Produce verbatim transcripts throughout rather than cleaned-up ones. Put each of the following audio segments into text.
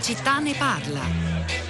città ne parla.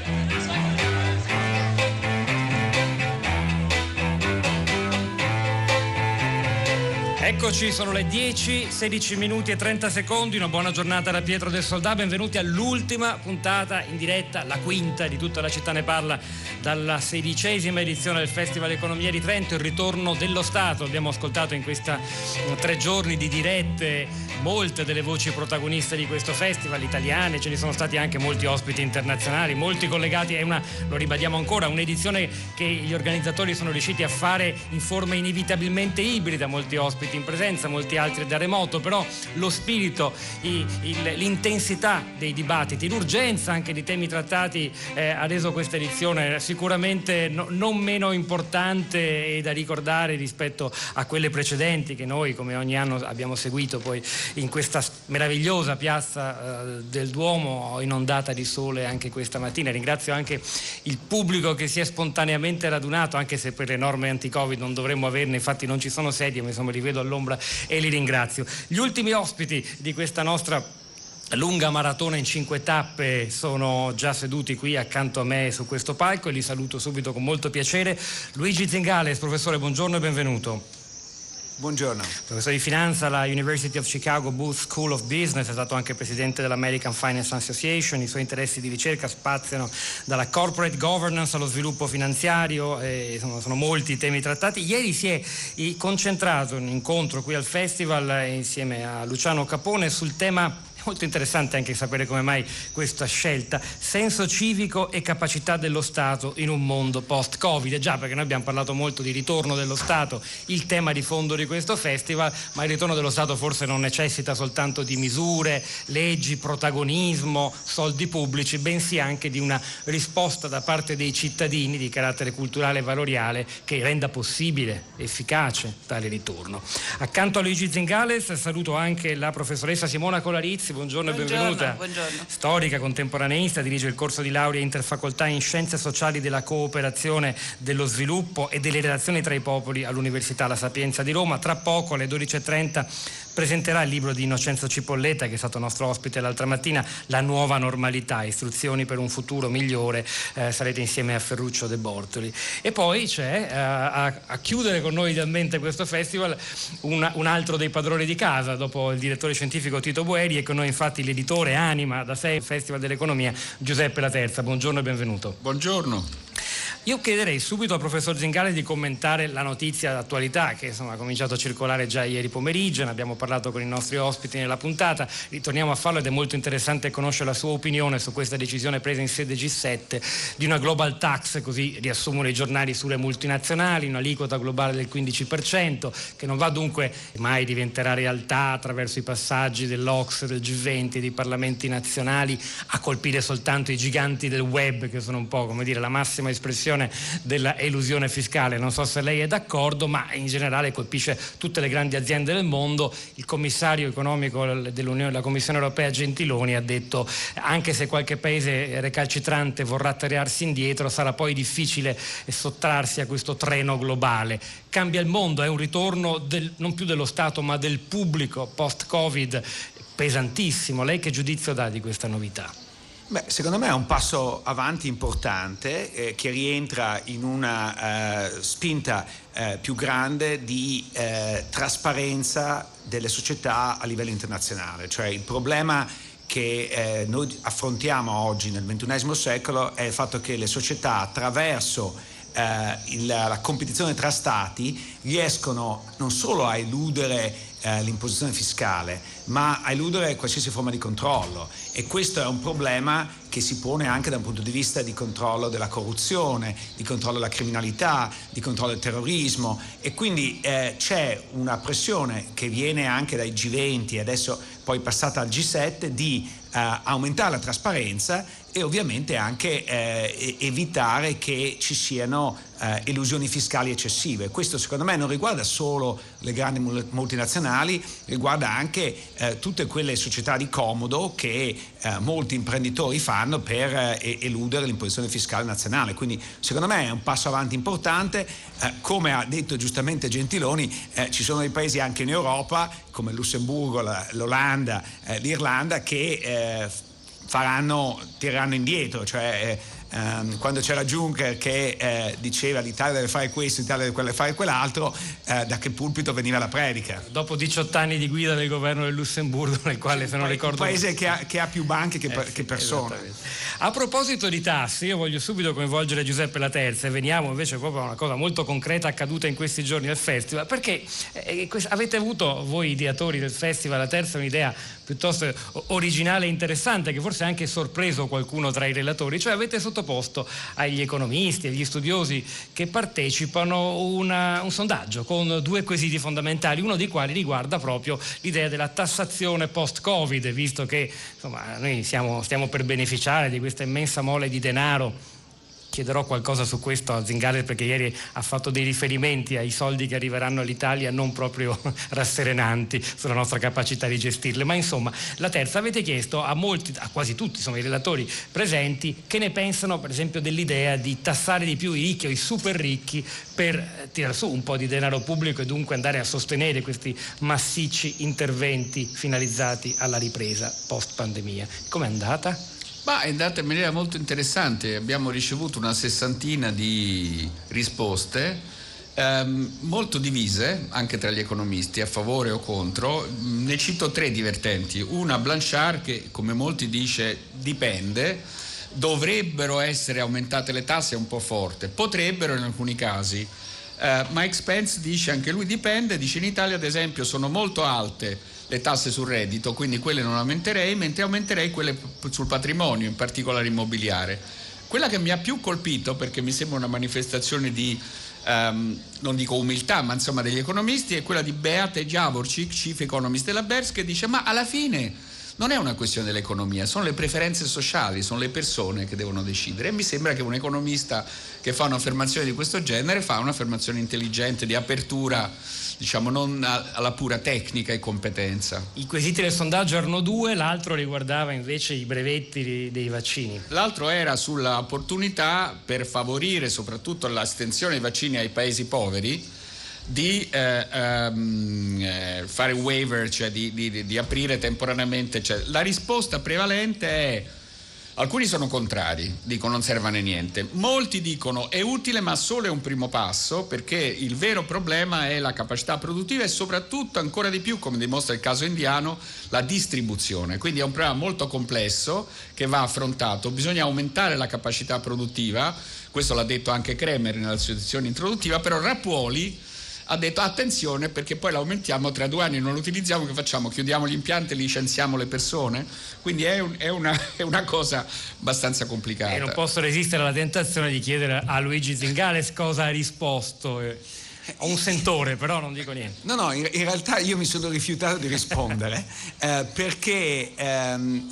Eccoci, sono le dieci, sedici minuti e trenta secondi, una buona giornata da Pietro del Soldà, benvenuti all'ultima puntata in diretta, la quinta di Tutta la città ne parla, dalla sedicesima edizione del Festival Economia di Trento, il ritorno dello Stato. Abbiamo ascoltato in questi tre giorni di dirette molte delle voci protagoniste di questo festival, italiane, ce ne sono stati anche molti ospiti internazionali, molti collegati, è una, lo ribadiamo ancora, un'edizione che gli organizzatori sono riusciti a fare in forma inevitabilmente ibrida, molti ospiti in presenza, molti altri da remoto, però lo spirito, i, il, l'intensità dei dibattiti, l'urgenza anche di temi trattati eh, ha reso questa edizione sicuramente no, non meno importante e da ricordare rispetto a quelle precedenti che noi come ogni anno abbiamo seguito poi in questa meravigliosa piazza eh, del Duomo, inondata di sole anche questa mattina. Ringrazio anche il pubblico che si è spontaneamente radunato, anche se per le norme anti-Covid non dovremmo averne, infatti non ci sono sedie, ma insomma li vedo all'ombra e li ringrazio. Gli ultimi ospiti di questa nostra lunga maratona in cinque tappe sono già seduti qui accanto a me su questo palco e li saluto subito con molto piacere. Luigi Zingales, professore, buongiorno e benvenuto. Buongiorno. Professore di finanza alla University of Chicago Booth School of Business, è stato anche presidente dell'American Finance Association, i suoi interessi di ricerca spaziano dalla corporate governance allo sviluppo finanziario, e sono, sono molti i temi trattati. Ieri si è concentrato un incontro qui al festival insieme a Luciano Capone sul tema, molto interessante anche sapere come mai questa scelta, senso civico e capacità dello Stato in un mondo post-Covid. Già, perché noi abbiamo parlato molto di ritorno dello Stato, il tema di fondo di questo festival, ma il ritorno dello Stato forse non necessita soltanto di misure, leggi, protagonismo, soldi pubblici, bensì anche di una risposta da parte dei cittadini di carattere culturale e valoriale che renda possibile, efficace tale ritorno. Accanto a Luigi Zingales saluto anche la professoressa Simona Colarizzi. Buongiorno e benvenuta. Buongiorno. Storica, contemporaneista, dirige il corso di laurea interfacoltà in Scienze Sociali della Cooperazione, dello Sviluppo e delle Relazioni tra i Popoli all'Università La Sapienza di Roma. Tra poco alle dodici e trenta presenterà il libro di Innocenzo Cipolletta, che è stato nostro ospite l'altra mattina, La nuova normalità, istruzioni per un futuro migliore. Eh, sarete insieme a Ferruccio De Bortoli. E poi c'è eh, a, a chiudere con noi idealmente questo festival una, un altro dei padroni di casa, dopo il direttore scientifico Tito Boeri, e con noi infatti l'editore anima da sé il Festival dell'Economia, Giuseppe Laterza. Buongiorno e benvenuto. Buongiorno. Io chiederei subito al professor Zingales di commentare la notizia d'attualità che insomma ha cominciato a circolare già ieri pomeriggio, ne abbiamo parlato con i nostri ospiti nella puntata, ritorniamo a farlo ed è molto interessante conoscere la sua opinione su questa decisione presa in sede G sette di una global tax, così riassumono i giornali, sulle multinazionali, un'aliquota globale del quindici per cento che non va dunque mai diventerà realtà attraverso i passaggi dell'O C S E, del G venti, dei parlamenti nazionali a colpire soltanto i giganti del web, che sono un po' come dire la massima espressione della elusione fiscale. Non so se lei è d'accordo, ma in generale colpisce tutte le grandi aziende del mondo. Il commissario economico dell'Unione, della Commissione Europea Gentiloni ha detto anche se qualche paese recalcitrante vorrà tirarsi indietro sarà poi difficile sottrarsi a questo treno globale. Cambia il mondo, è un ritorno del, non più dello Stato ma del pubblico post-Covid pesantissimo. Lei che giudizio dà di questa novità? Beh, secondo me è un passo avanti importante eh, che rientra in una eh, spinta eh, più grande di eh, trasparenza delle società a livello internazionale. Cioè il problema che eh, noi affrontiamo oggi nel ventunesimo secolo è il fatto che le società attraverso eh, il, la competizione tra stati riescono non solo a eludere Eh, l'imposizione fiscale, ma a eludere qualsiasi forma di controllo, e questo è un problema che si pone anche da un punto di vista di controllo della corruzione, di controllo della criminalità, di controllo del terrorismo, e quindi eh, c'è una pressione che viene anche dai G venti e adesso poi passata al G sette di eh, aumentare la trasparenza e ovviamente anche eh, evitare che ci siano eh, elusioni fiscali eccessive. Questo secondo me non riguarda solo le grandi multinazionali, riguarda anche eh, tutte quelle società di comodo che eh, molti imprenditori fanno per eh, eludere l'imposizione fiscale nazionale. Quindi secondo me è un passo avanti importante. Eh, come ha detto giustamente Gentiloni, eh, ci sono dei paesi anche in Europa come il Lussemburgo, la, l'Olanda, eh, l'Irlanda che eh, faranno, tireranno indietro, cioè eh, ehm, quando c'era Juncker che eh, diceva l'Italia deve fare questo, l'Italia deve fare quell'altro, eh, da che pulpito veniva la predica? Dopo diciotto anni di guida del governo del Lussemburgo, nel quale, se non ricordo, un paese che ha, che ha più banche che, eh, sì, che persone. A proposito di tasse, io voglio subito coinvolgere Giuseppe Laterza e veniamo invece proprio a una cosa molto concreta accaduta in questi giorni al festival, perché eh, avete avuto voi ideatori del festival Laterza un'idea piuttosto originale e interessante, che forse ha anche sorpreso qualcuno tra i relatori, cioè avete sottoposto agli economisti, agli studiosi che partecipano una, un sondaggio con due quesiti fondamentali, uno dei quali riguarda proprio l'idea della tassazione post-Covid, visto che insomma noi siamo, stiamo per beneficiare di questa immensa mole di denaro. Chiederò qualcosa su questo a Zingales, perché ieri ha fatto dei riferimenti ai soldi che arriveranno all'Italia non proprio rasserenanti sulla nostra capacità di gestirle. Ma insomma, la terza, avete chiesto a molti, a quasi tutti insomma, i relatori presenti, che ne pensano per esempio dell'idea di tassare di più i ricchi o i super ricchi per tirare su un po' di denaro pubblico e dunque andare a sostenere questi massicci interventi finalizzati alla ripresa post pandemia. Com'è andata? Ma è andata in maniera molto interessante, abbiamo ricevuto una sessantina di risposte, ehm, molto divise anche tra gli economisti, a favore o contro. Ne cito tre divertenti. Una, Blanchard, che come molti dice dipende, dovrebbero essere aumentate le tasse, è un po' forte, potrebbero in alcuni casi. Uh, Mike Spence dice anche lui dipende, dice in Italia ad esempio sono molto alte le tasse sul reddito, quindi quelle non aumenterei, mentre aumenterei quelle sul patrimonio, in particolare immobiliare. Quella che mi ha più colpito, perché mi sembra una manifestazione di, um, non dico umiltà, ma insomma degli economisti, è quella di Beate Javorcik, chief economist della Bears, che dice ma alla fine non è una questione dell'economia, sono le preferenze sociali, sono le persone che devono decidere, e mi sembra che un economista che fa un'affermazione di questo genere fa un'affermazione intelligente, di apertura, diciamo, non alla pura tecnica e competenza. I quesiti del sondaggio erano due, l'altro riguardava invece i brevetti dei vaccini. L'altro era sulla opportunità per favorire soprattutto l'astensione dei vaccini ai paesi poveri, di eh, um, eh, fare waiver, cioè di, di, di aprire temporaneamente. Cioè, la risposta prevalente è: alcuni sono contrari, dicono non serve a niente, molti dicono è utile ma solo è un primo passo, perché il vero problema è la capacità produttiva e soprattutto, ancora di più, come dimostra il caso indiano, la distribuzione. Quindi è un problema molto complesso che va affrontato, bisogna aumentare la capacità produttiva, questo l'ha detto anche Kremer nella sua sezione introduttiva, però Rappuoli ha detto attenzione, perché poi l'aumentiamo, tra due anni non lo utilizziamo, che facciamo? Chiudiamo gli impianti e licenziamo le persone? Quindi è, un, è, una, è una cosa abbastanza complicata. E non posso resistere alla tentazione di chiedere a Luigi Zingales cosa ha risposto. Ho un sentore, però non dico niente. No, no, in, in realtà io mi sono rifiutato di rispondere eh, perché ehm,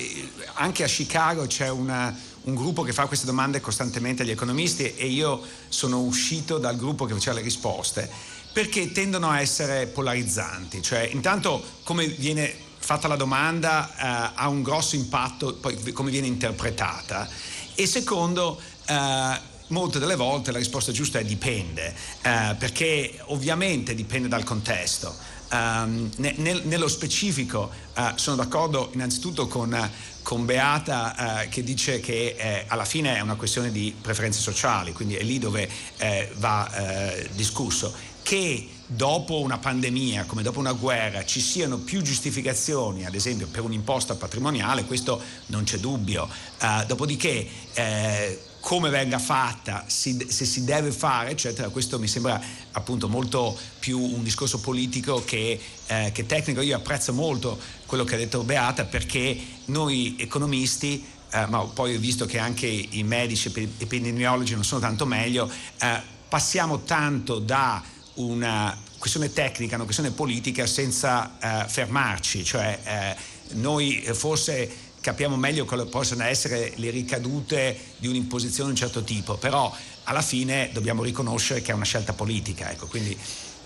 anche a Chicago c'è una... un gruppo che fa queste domande costantemente agli economisti, e io sono uscito dal gruppo che faceva le risposte, perché tendono a essere polarizzanti. Cioè, intanto, come viene fatta la domanda eh, ha un grosso impatto poi come viene interpretata, e secondo eh, molte delle volte la risposta giusta è dipende, eh, perché ovviamente dipende dal contesto. Um, ne, nel, nello specifico uh, sono d'accordo innanzitutto con, con Beata uh, che dice che eh, alla fine è una questione di preferenze sociali, quindi è lì dove eh, va eh, discusso. Che dopo una pandemia, come dopo una guerra, ci siano più giustificazioni, ad esempio per un'imposta patrimoniale, questo non c'è dubbio. Uh, dopodiché eh, come venga fatta, si, se si deve fare, eccetera, questo mi sembra appunto molto più un discorso politico che, eh, che tecnico. Io apprezzo molto quello che ha detto Beata, perché noi economisti, eh, ma poi ho visto che anche i medici e epidemiologi non sono tanto meglio, eh, passiamo tanto da una questione tecnica a una questione politica senza eh, fermarci, cioè eh, noi forse capiamo meglio quali possono essere le ricadute di un'imposizione di un certo tipo, però alla fine dobbiamo riconoscere che è una scelta politica, ecco, quindi...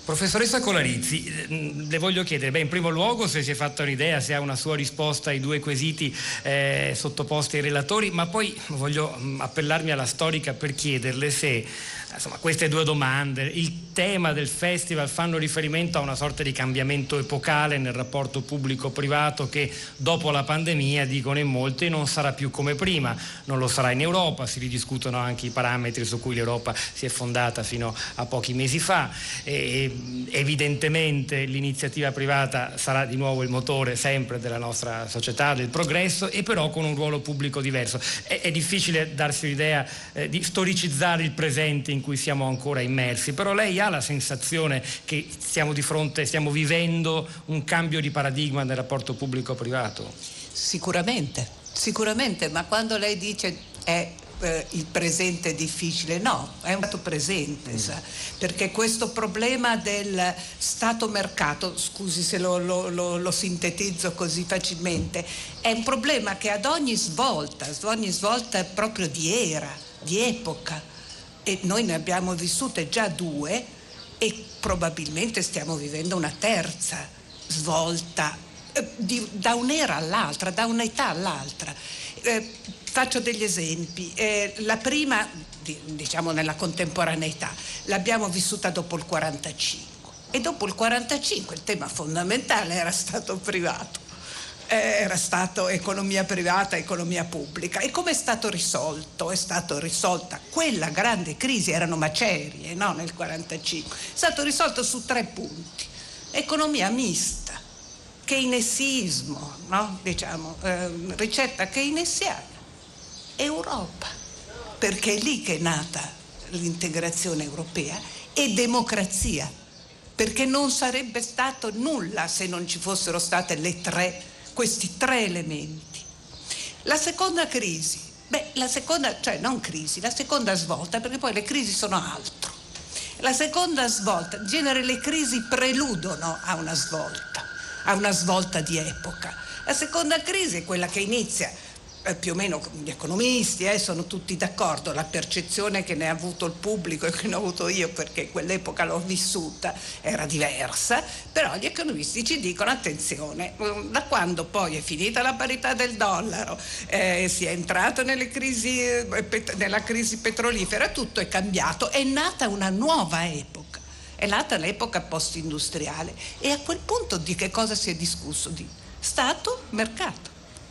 Professoressa Colarizzi, le voglio chiedere, beh, in primo luogo se si è fatta un'idea, se ha una sua risposta ai due quesiti eh, sottoposti ai relatori, ma poi voglio appellarmi alla storica per chiederle se, insomma, queste due domande, il tema del festival, fanno riferimento a una sorta di cambiamento epocale nel rapporto pubblico-privato che dopo la pandemia, dicono in molti, non sarà più come prima. Non lo sarà in Europa, si ridiscutono anche i parametri su cui l'Europa si è fondata fino a pochi mesi fa. E, evidentemente l'iniziativa privata sarà di nuovo il motore sempre della nostra società, del progresso, e però con un ruolo pubblico diverso. È, è difficile darsi l'idea eh, di storicizzare il presente in cui siamo ancora immersi, però lei ha la sensazione che stiamo di fronte, stiamo vivendo un cambio di paradigma nel rapporto pubblico-privato? Sicuramente, sicuramente, ma quando lei dice è eh, il presente difficile, no, è un dato presente, mm. sa? Perché questo problema del Stato-mercato, scusi se lo, lo, lo, lo sintetizzo così facilmente, è un problema che ad ogni svolta, ad ogni svolta proprio di era, di epoca, e noi ne abbiamo vissute già due e probabilmente stiamo vivendo una terza svolta eh, di, da un'era all'altra, da un'età all'altra. Eh, faccio degli esempi. Eh, la prima, di, diciamo nella contemporaneità, l'abbiamo vissuta dopo il quarantacinque e dopo il quarantacinque il tema fondamentale era stato privato. Era stato economia privata, economia pubblica. E come è stato risolto? È stato risolta quella grande crisi, erano macerie, no? Nel quarantacinque, è stato risolto su tre punti: economia mista, keynesiismo, no? Diciamo, eh, ricetta keynesiana, Europa, perché è lì che è nata l'integrazione europea, e democrazia, perché non sarebbe stato nulla se non ci fossero state le tre questi tre elementi. La seconda crisi, beh, la seconda, cioè non crisi, la seconda svolta, perché poi le crisi sono altro. La seconda svolta, in genere le crisi preludono a una svolta, a una svolta di epoca. La seconda crisi è quella che inizia, eh, più o meno gli economisti eh, sono tutti d'accordo, la percezione che ne ha avuto il pubblico e che ne ho avuto io, perché quell'epoca l'ho vissuta, era diversa, però gli economisti ci dicono attenzione, da quando poi è finita la parità del dollaro, eh, si è entrato nelle crisi, eh, pet- nella crisi petrolifera, tutto è cambiato, è nata una nuova epoca, è nata l'epoca post-industriale, e a quel punto di che cosa si è discusso? Di Stato, mercato.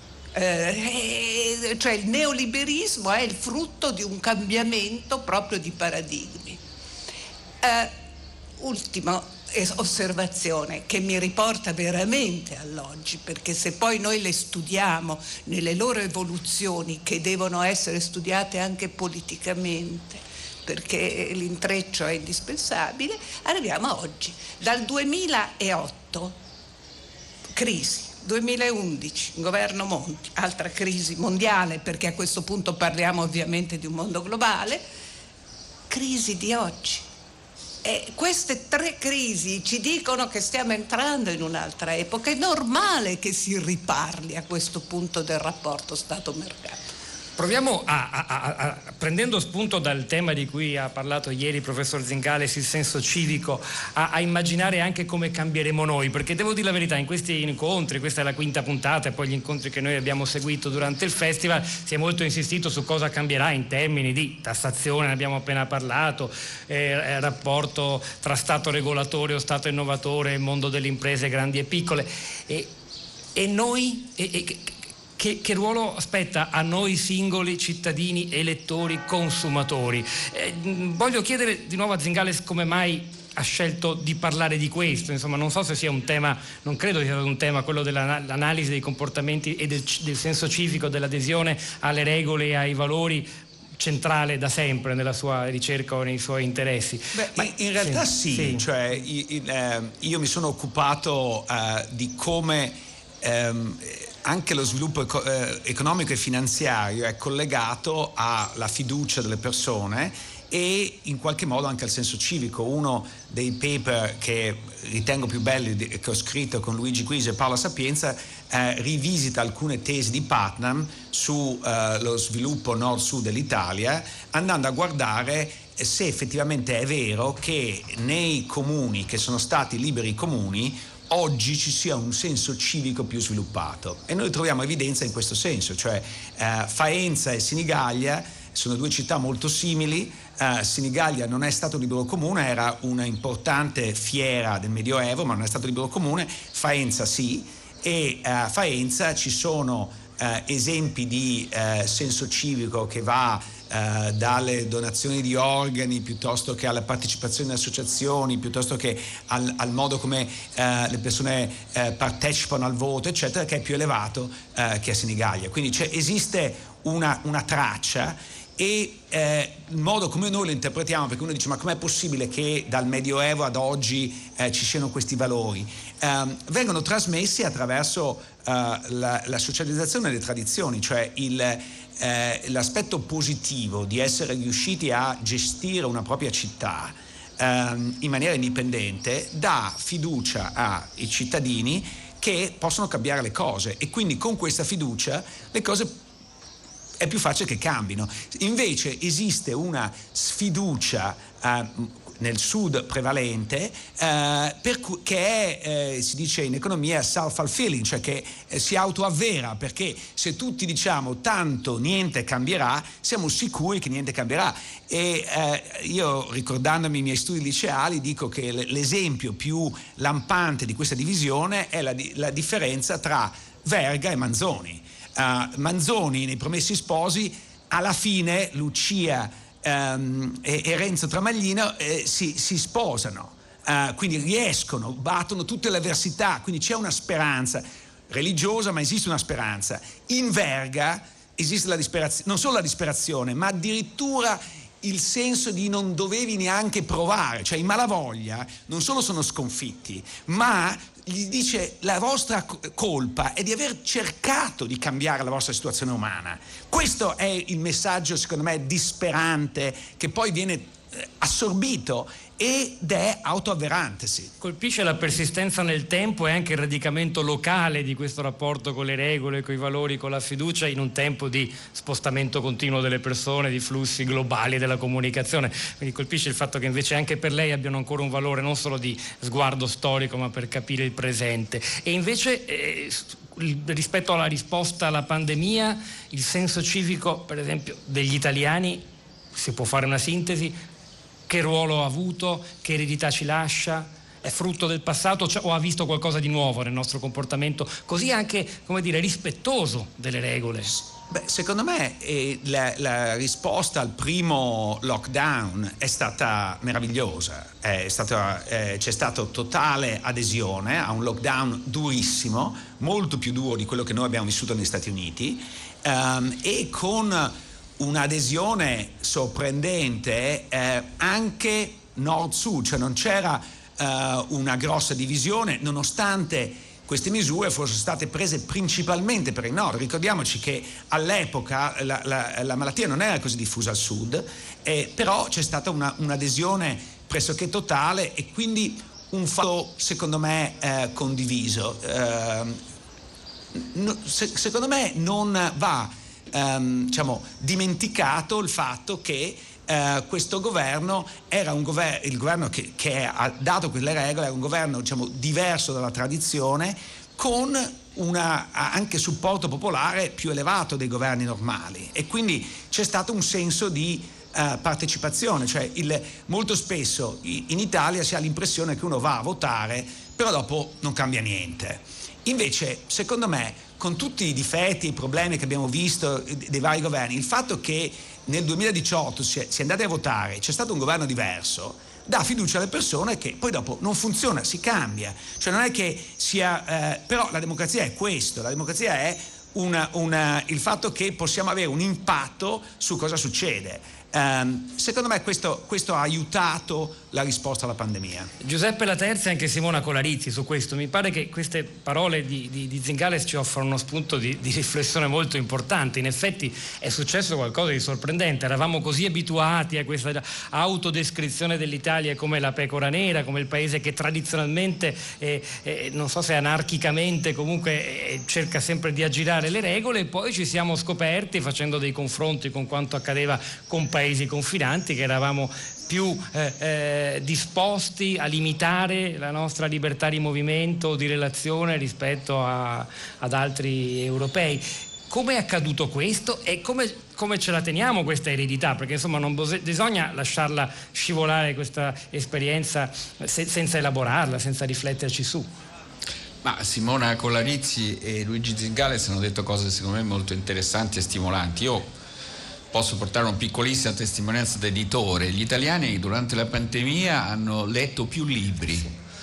Eh, cioè il neoliberismo è il frutto di un cambiamento proprio di paradigmi. Eh, ultima osservazione che mi riporta veramente all'oggi, perché se poi noi le studiamo nelle loro evoluzioni, che devono essere studiate anche politicamente, perché l'intreccio è indispensabile, arriviamo a oggi. Dal duemilaotto, crisi. duemilaundici, governo Monti, altra crisi mondiale, perché a questo punto parliamo ovviamente di un mondo globale, crisi di oggi. E queste tre crisi ci dicono che stiamo entrando in un'altra epoca. È normale che si riparli a questo punto del rapporto Stato-mercato. Proviamo a, a, a, a, prendendo spunto dal tema di cui ha parlato ieri il professor Zingales, il senso civico, a, a immaginare anche come cambieremo noi, perché devo dire la verità, in questi incontri, questa è la quinta puntata e poi gli incontri che noi abbiamo seguito durante il festival, si è molto insistito su cosa cambierà in termini di tassazione, ne abbiamo appena parlato, eh, rapporto tra Stato regolatore o Stato innovatore, mondo delle imprese grandi e piccole, e, e noi... E, e, Che, che ruolo spetta a noi singoli cittadini, elettori, consumatori? Eh, voglio chiedere di nuovo a Zingales come mai ha scelto di parlare di questo. Insomma, non so se sia un tema, non credo sia un tema, quello dell'analisi dei comportamenti e del, del senso civico, dell'adesione alle regole e ai valori, centrale da sempre nella sua ricerca o nei suoi interessi. Beh, Ma, in realtà sì, sì, sì. Cioè, io, io mi sono occupato uh, di come um, anche lo sviluppo eco- eh, economico e finanziario è collegato alla fiducia delle persone e in qualche modo anche al senso civico. Uno dei paper che ritengo più belli che ho scritto con Luigi Guisi e Paola Sapienza eh, rivisita alcune tesi di Putnam su eh, lo sviluppo nord-sud dell'Italia, andando a guardare se effettivamente è vero che nei comuni che sono stati liberi comuni oggi ci sia un senso civico più sviluppato, e noi troviamo evidenza in questo senso, cioè eh, Faenza e Sinigaglia sono due città molto simili. uh, Sinigaglia non è stato libero comune, era una importante fiera del Medioevo, ma non è stato libero comune. Faenza sì, e a uh, Faenza ci sono uh, esempi di uh, senso civico che va Uh, dalle donazioni di organi piuttosto che alla partecipazione in associazioni, piuttosto che al, al modo come uh, le persone uh, partecipano al voto, eccetera, che è più elevato uh, che a Sinigaglia. Quindi c'è, esiste una, una traccia, e eh, il modo come noi lo interpretiamo, perché uno dice ma com'è possibile che dal Medioevo ad oggi eh, ci siano questi valori, eh, vengono trasmessi attraverso eh, la, la socializzazione delle tradizioni, cioè il, eh, l'aspetto positivo di essere riusciti a gestire una propria città eh, in maniera indipendente dà fiducia ai cittadini che possono cambiare le cose, e quindi con questa fiducia le cose è più facile che cambino. Invece esiste una sfiducia eh, nel sud prevalente eh, per cui, che è, eh, si dice in economia, self-fulfilling, cioè che eh, si autoavvera, perché se tutti diciamo tanto niente cambierà, siamo sicuri che niente cambierà. E eh, io, ricordandomi i miei studi liceali, dico che l'esempio più lampante di questa divisione è la, la differenza tra Verga e Manzoni. Uh, Manzoni nei Promessi Sposi, alla fine Lucia um, e, e Renzo Tramaglino eh, si, si sposano, uh, quindi riescono, battono tutte le avversità, quindi c'è una speranza religiosa, ma esiste una speranza. In Verga esiste la disperazione, non solo la disperazione, ma addirittura il senso di non dovevi neanche provare, cioè i Malavoglia non solo sono sconfitti, ma gli dice la vostra colpa è di aver cercato di cambiare la vostra situazione umana. Questo è il messaggio, secondo me, disperante, che poi viene assorbito ed è autoavverante. Sì. Colpisce la persistenza nel tempo e anche il radicamento locale di questo rapporto con le regole, con i valori, con la fiducia, in un tempo di spostamento continuo delle persone, di flussi globali della comunicazione. Quindi colpisce il fatto che invece anche per lei abbiano ancora un valore non solo di sguardo storico, ma per capire il presente. E invece eh, rispetto alla risposta alla pandemia, il senso civico, per esempio, degli italiani, si può fare una sintesi? Che ruolo ha avuto? Che eredità ci lascia? È frutto del passato, cioè, o ha visto qualcosa di nuovo nel nostro comportamento, così anche, come dire, rispettoso delle regole? Beh, secondo me eh, la, la risposta al primo lockdown è stata meravigliosa. È stata, eh, c'è stata totale adesione a un lockdown durissimo, molto più duro di quello che noi abbiamo vissuto negli Stati Uniti, ehm, e con un'adesione sorprendente eh, anche nord-sud, cioè non c'era eh, una grossa divisione, nonostante queste misure fossero state prese principalmente per il nord. Ricordiamoci che all'epoca la, la, la malattia non era così diffusa al sud, eh, però c'è stata una, un'adesione pressoché totale, e quindi un fatto secondo me eh, condiviso. Eh, no, se, secondo me non va Um, diciamo, dimenticato il fatto che uh, questo governo era un governo, il governo che, che ha dato quelle regole, era un governo, diciamo, diverso dalla tradizione, con una, anche supporto popolare più elevato dei governi normali, e quindi c'è stato un senso di uh, partecipazione, cioè il, molto spesso in Italia si ha l'impressione che uno va a votare però dopo non cambia niente. Invece, secondo me, con tutti i difetti e i problemi che abbiamo visto dei vari governi, il fatto che nel duemiladiciotto si è, si è andati a votare, c'è stato un governo diverso, dà fiducia alle persone che poi dopo non funziona, si cambia. Cioè non è che sia... Eh, però la democrazia è questo, la democrazia è una, una, il fatto che possiamo avere un impatto su cosa succede. Um, secondo me questo, questo ha aiutato la risposta alla pandemia. Giuseppe Laterza e anche Simona Colarizzi su questo. Mi pare che queste parole di, di, di Zingales ci offrono uno spunto di, di riflessione molto importante. In effetti è successo qualcosa di sorprendente. Eravamo così abituati a questa autodescrizione dell'Italia come la pecora nera, come il paese che tradizionalmente, eh, eh, non so se anarchicamente, comunque eh, cerca sempre di aggirare le regole, e poi ci siamo scoperti, facendo dei confronti con quanto accadeva con paesi confinanti, che eravamo più eh, eh, disposti a limitare la nostra libertà di movimento o di relazione rispetto a, ad altri europei. Come è accaduto questo e come, come ce la teniamo questa eredità? Perché insomma non bisogna lasciarla scivolare questa esperienza se, senza elaborarla, senza rifletterci su. Ma Simona Colarizzi e Luigi Zingales hanno detto cose secondo me molto interessanti e stimolanti. Io posso portare una piccolissima testimonianza da editore. Gli italiani durante la pandemia hanno letto più libri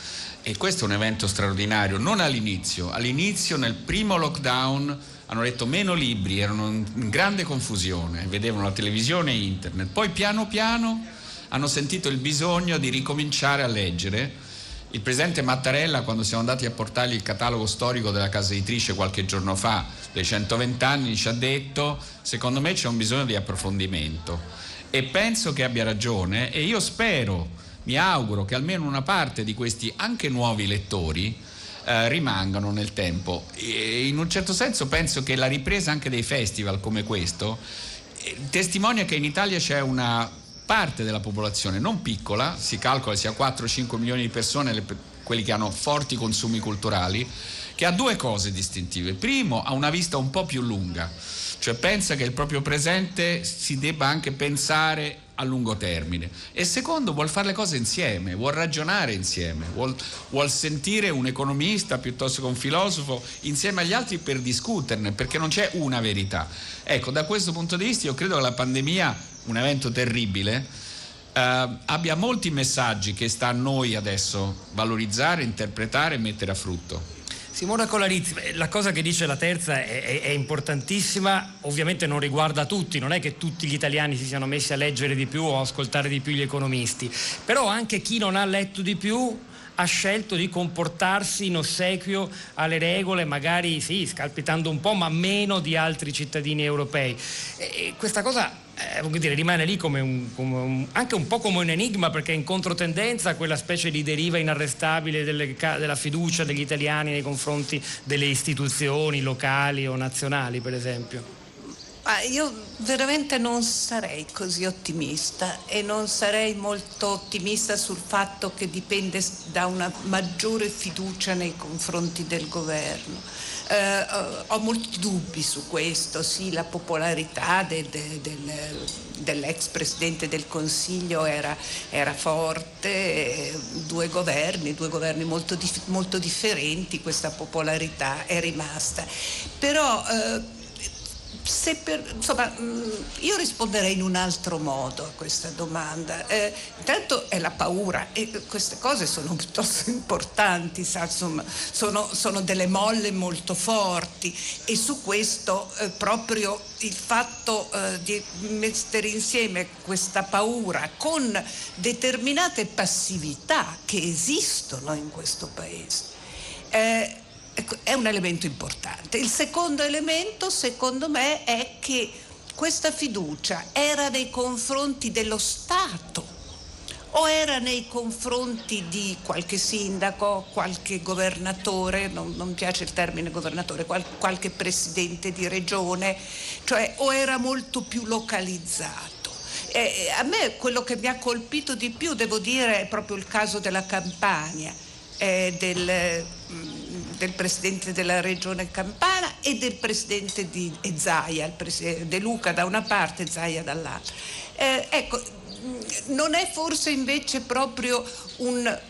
e questo è un evento straordinario. Non all'inizio, all'inizio nel primo lockdown hanno letto meno libri, erano in grande confusione, vedevano la televisione e internet, poi piano piano hanno sentito il bisogno di ricominciare a leggere. Il presidente Mattarella, quando siamo andati a portargli il catalogo storico della casa editrice qualche giorno fa, dei centoventi anni, ci ha detto: secondo me c'è un bisogno di approfondimento, e penso che abbia ragione, e io spero, mi auguro che almeno una parte di questi anche nuovi lettori eh, rimangano nel tempo. E in un certo senso penso che la ripresa anche dei festival come questo eh, testimonia che in Italia c'è una parte della popolazione non piccola, si calcola sia quattro cinque milioni di persone, le, quelli che hanno forti consumi culturali, che ha due cose distintive. Primo, ha una vista un po' più lunga, cioè pensa che il proprio presente si debba anche pensare a lungo termine, e secondo, vuol fare le cose insieme, vuol ragionare insieme, vuol, vuol sentire un economista piuttosto che un filosofo insieme agli altri per discuterne, perché non c'è una verità. Ecco, da questo punto di vista io credo che la pandemia, un evento terribile, eh, abbia molti messaggi che sta a noi adesso valorizzare, interpretare e mettere a frutto. Simona Colarizzi, la cosa che dice Laterza è, è, è importantissima, ovviamente non riguarda tutti, non è che tutti gli italiani si siano messi a leggere di più o a ascoltare di più gli economisti, però anche chi non ha letto di più ha scelto di comportarsi in ossequio alle regole, magari sì, scalpitando un po', ma meno di altri cittadini europei. E questa cosa eh, vuol dire, rimane lì come un, come un, anche un po' come un enigma, perché è in controtendenza a quella specie di deriva inarrestabile delle, della fiducia degli italiani nei confronti delle istituzioni locali o nazionali, per esempio. Ah, io veramente non sarei così ottimista, e non sarei molto ottimista sul fatto che dipende da una maggiore fiducia nei confronti del governo. Eh, ho molti dubbi su questo. Sì, la popolarità de, de, del, dell'ex Presidente del Consiglio era, era forte, due governi, due governi molto, dif- molto differenti, questa popolarità è rimasta. Però eh, Se per, insomma, io risponderei in un altro modo a questa domanda. Eh, intanto è la paura, e queste cose sono piuttosto importanti, sa, insomma, sono, sono delle molle molto forti, e su questo eh, proprio il fatto eh, di mettere insieme questa paura con determinate passività che esistono in questo paese eh, è un elemento importante. Il secondo elemento, secondo me, è che questa fiducia era nei confronti dello Stato o era nei confronti di qualche sindaco, qualche governatore, non, non piace il termine governatore, qual, qualche presidente di regione, cioè o era molto più localizzato. E a me quello che mi ha colpito di più, devo dire, è proprio il caso della Campania, eh, del... del presidente della regione Campana e del presidente di e Zaia, il presidente De Luca da una parte e Zaia dall'altra. Eh, ecco, non è forse invece proprio un,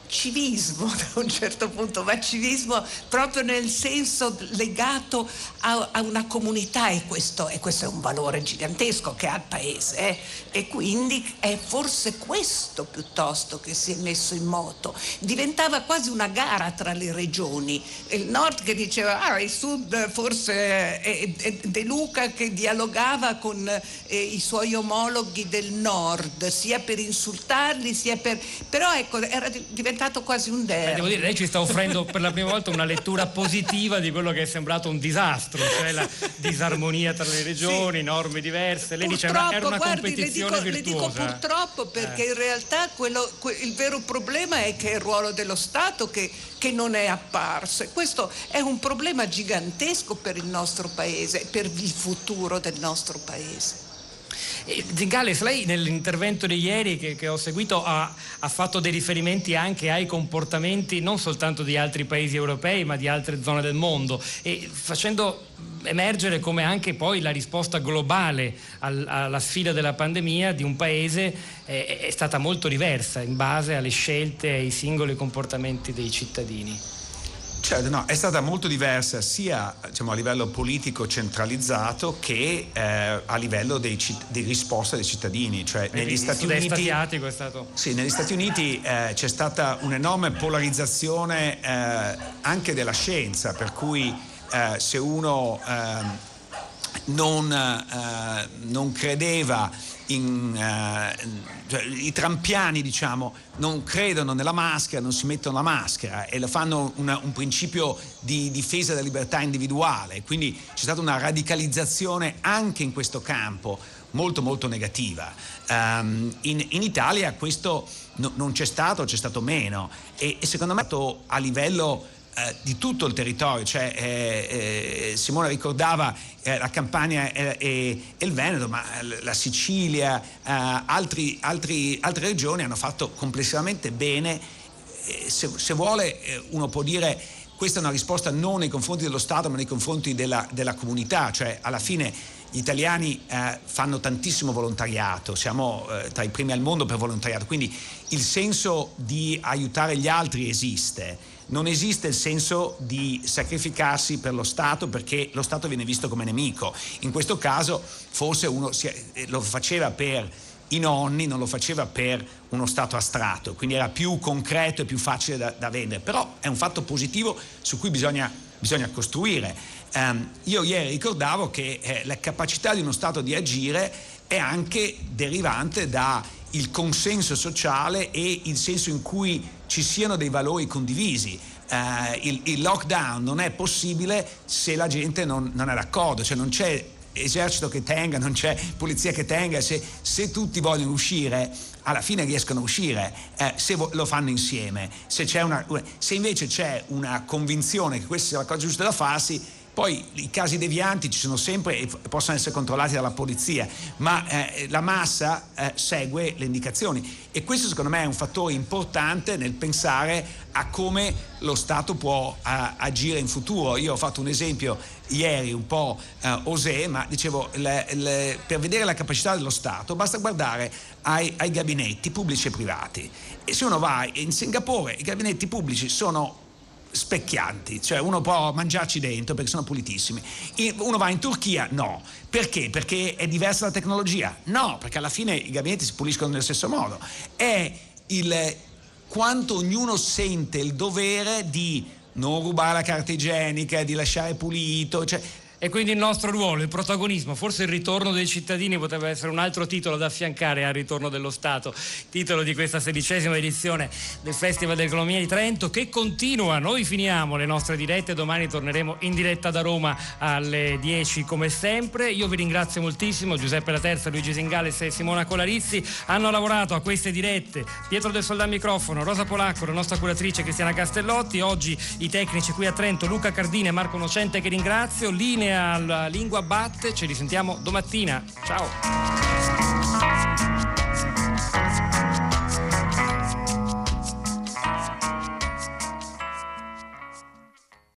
civismo da un certo punto, ma civismo proprio nel senso legato a, a una comunità, e questo, e questo è un valore gigantesco che ha il paese, eh? E quindi è forse questo piuttosto che si è messo in moto. Diventava quasi una gara tra le regioni, il nord che diceva ah, il sud forse è, è De Luca che dialogava con eh, i suoi omologhi del nord, sia per insultarli sia per... però ecco, era diventato quasi un derby. Eh, devo dire, lei ci sta offrendo per la prima volta una lettura positiva di quello che è sembrato un disastro, cioè la disarmonia tra le regioni, sì, norme diverse. Lei dice era una, una guardi, competizione le dico, virtuosa. Le dico purtroppo perché eh. in realtà quello, il vero problema è che è il ruolo dello Stato che, che non è apparso, e questo è un problema gigantesco per il nostro paese, per il futuro del nostro paese. Zingales, lei nell'intervento di ieri che, che ho seguito ha, ha fatto dei riferimenti anche ai comportamenti non soltanto di altri paesi europei ma di altre zone del mondo, e facendo emergere come anche poi la risposta globale al, alla sfida della pandemia di un paese è, è stata molto diversa in base alle scelte e ai singoli comportamenti dei cittadini. Certo, no, è stata molto diversa sia, diciamo, a livello politico centralizzato che eh, a livello dei, di risposta dei cittadini. Cioè, negli il Stati sud-est Uniti, asiatico è stato... Sì, negli Stati Uniti eh, c'è stata un'enorme polarizzazione eh, anche della scienza, per cui eh, se uno eh, non, eh, non credeva in, eh, cioè, i trampiani, diciamo, non credono nella maschera, non si mettono la maschera e lo fanno una, un principio di difesa della libertà individuale, quindi c'è stata una radicalizzazione anche in questo campo molto molto negativa. Um, in, in Italia questo no, non c'è stato, c'è stato meno, e, e secondo me a livello eh, di tutto il territorio, cioè eh, eh, Simona ricordava eh, la Campania e, e, e il Veneto, ma la Sicilia, eh, altri, altri, altre regioni hanno fatto complessivamente bene. Eh, se, se vuole eh, uno può dire questa è una risposta non nei confronti dello Stato ma nei confronti della, della comunità, cioè alla fine gli italiani eh, fanno tantissimo volontariato, siamo eh, tra i primi al mondo per volontariato, quindi il senso di aiutare gli altri esiste. Non esiste il senso di sacrificarsi per lo Stato, perché lo Stato viene visto come nemico. In questo caso forse uno si, lo faceva per i nonni, non lo faceva per uno Stato astratto, quindi era più concreto e più facile da, da vendere, però è un fatto positivo su cui bisogna, bisogna costruire. Um, io ieri ricordavo che eh, la capacità di uno Stato di agire è anche derivante da il consenso sociale e il senso in cui ci siano dei valori condivisi. Uh, il, il lockdown non è possibile se la gente non, non è d'accordo, cioè non c'è esercito che tenga, non c'è polizia che tenga, se, se tutti vogliono uscire alla fine riescono a uscire, eh, se vo- lo fanno insieme. Se, c'è una, se invece c'è una convinzione che questa sia la cosa giusta da farsi, poi i casi devianti ci sono sempre e possono essere controllati dalla polizia, ma eh, la massa eh, segue le indicazioni, e questo secondo me è un fattore importante nel pensare a come lo Stato può uh, agire in futuro. Io ho fatto un esempio ieri un po' uh, osé, ma dicevo le, le, per vedere la capacità dello Stato basta guardare ai, ai gabinetti pubblici e privati, e se uno va in Singapore i gabinetti pubblici sono specchianti, cioè uno può mangiarci dentro perché sono pulitissimi. Uno va in Turchia? No. Perché? Perché è diversa la tecnologia? No, perché alla fine i gabinetti si puliscono nello stesso modo. È il quanto ognuno sente il dovere di non rubare la carta igienica, di lasciare pulito, cioè. E quindi il nostro ruolo, il protagonismo, forse il ritorno dei cittadini potrebbe essere un altro titolo da affiancare al ritorno dello Stato, titolo di questa sedicesima edizione del Festival dell'Economia di Trento, che continua. Noi finiamo le nostre dirette, domani torneremo in diretta da Roma alle dieci come sempre. Io vi ringrazio moltissimo, Giuseppe Laterza, Luigi Zingales e Simona Colarizzi hanno lavorato a queste dirette, Pietro del Soldà al microfono, Rosa Polacco, la nostra curatrice Cristiana Castellotti, oggi i tecnici qui a Trento, Luca Cardini e Marco Nocente che ringrazio, linea alla Lingua Batte, ci risentiamo domattina, ciao.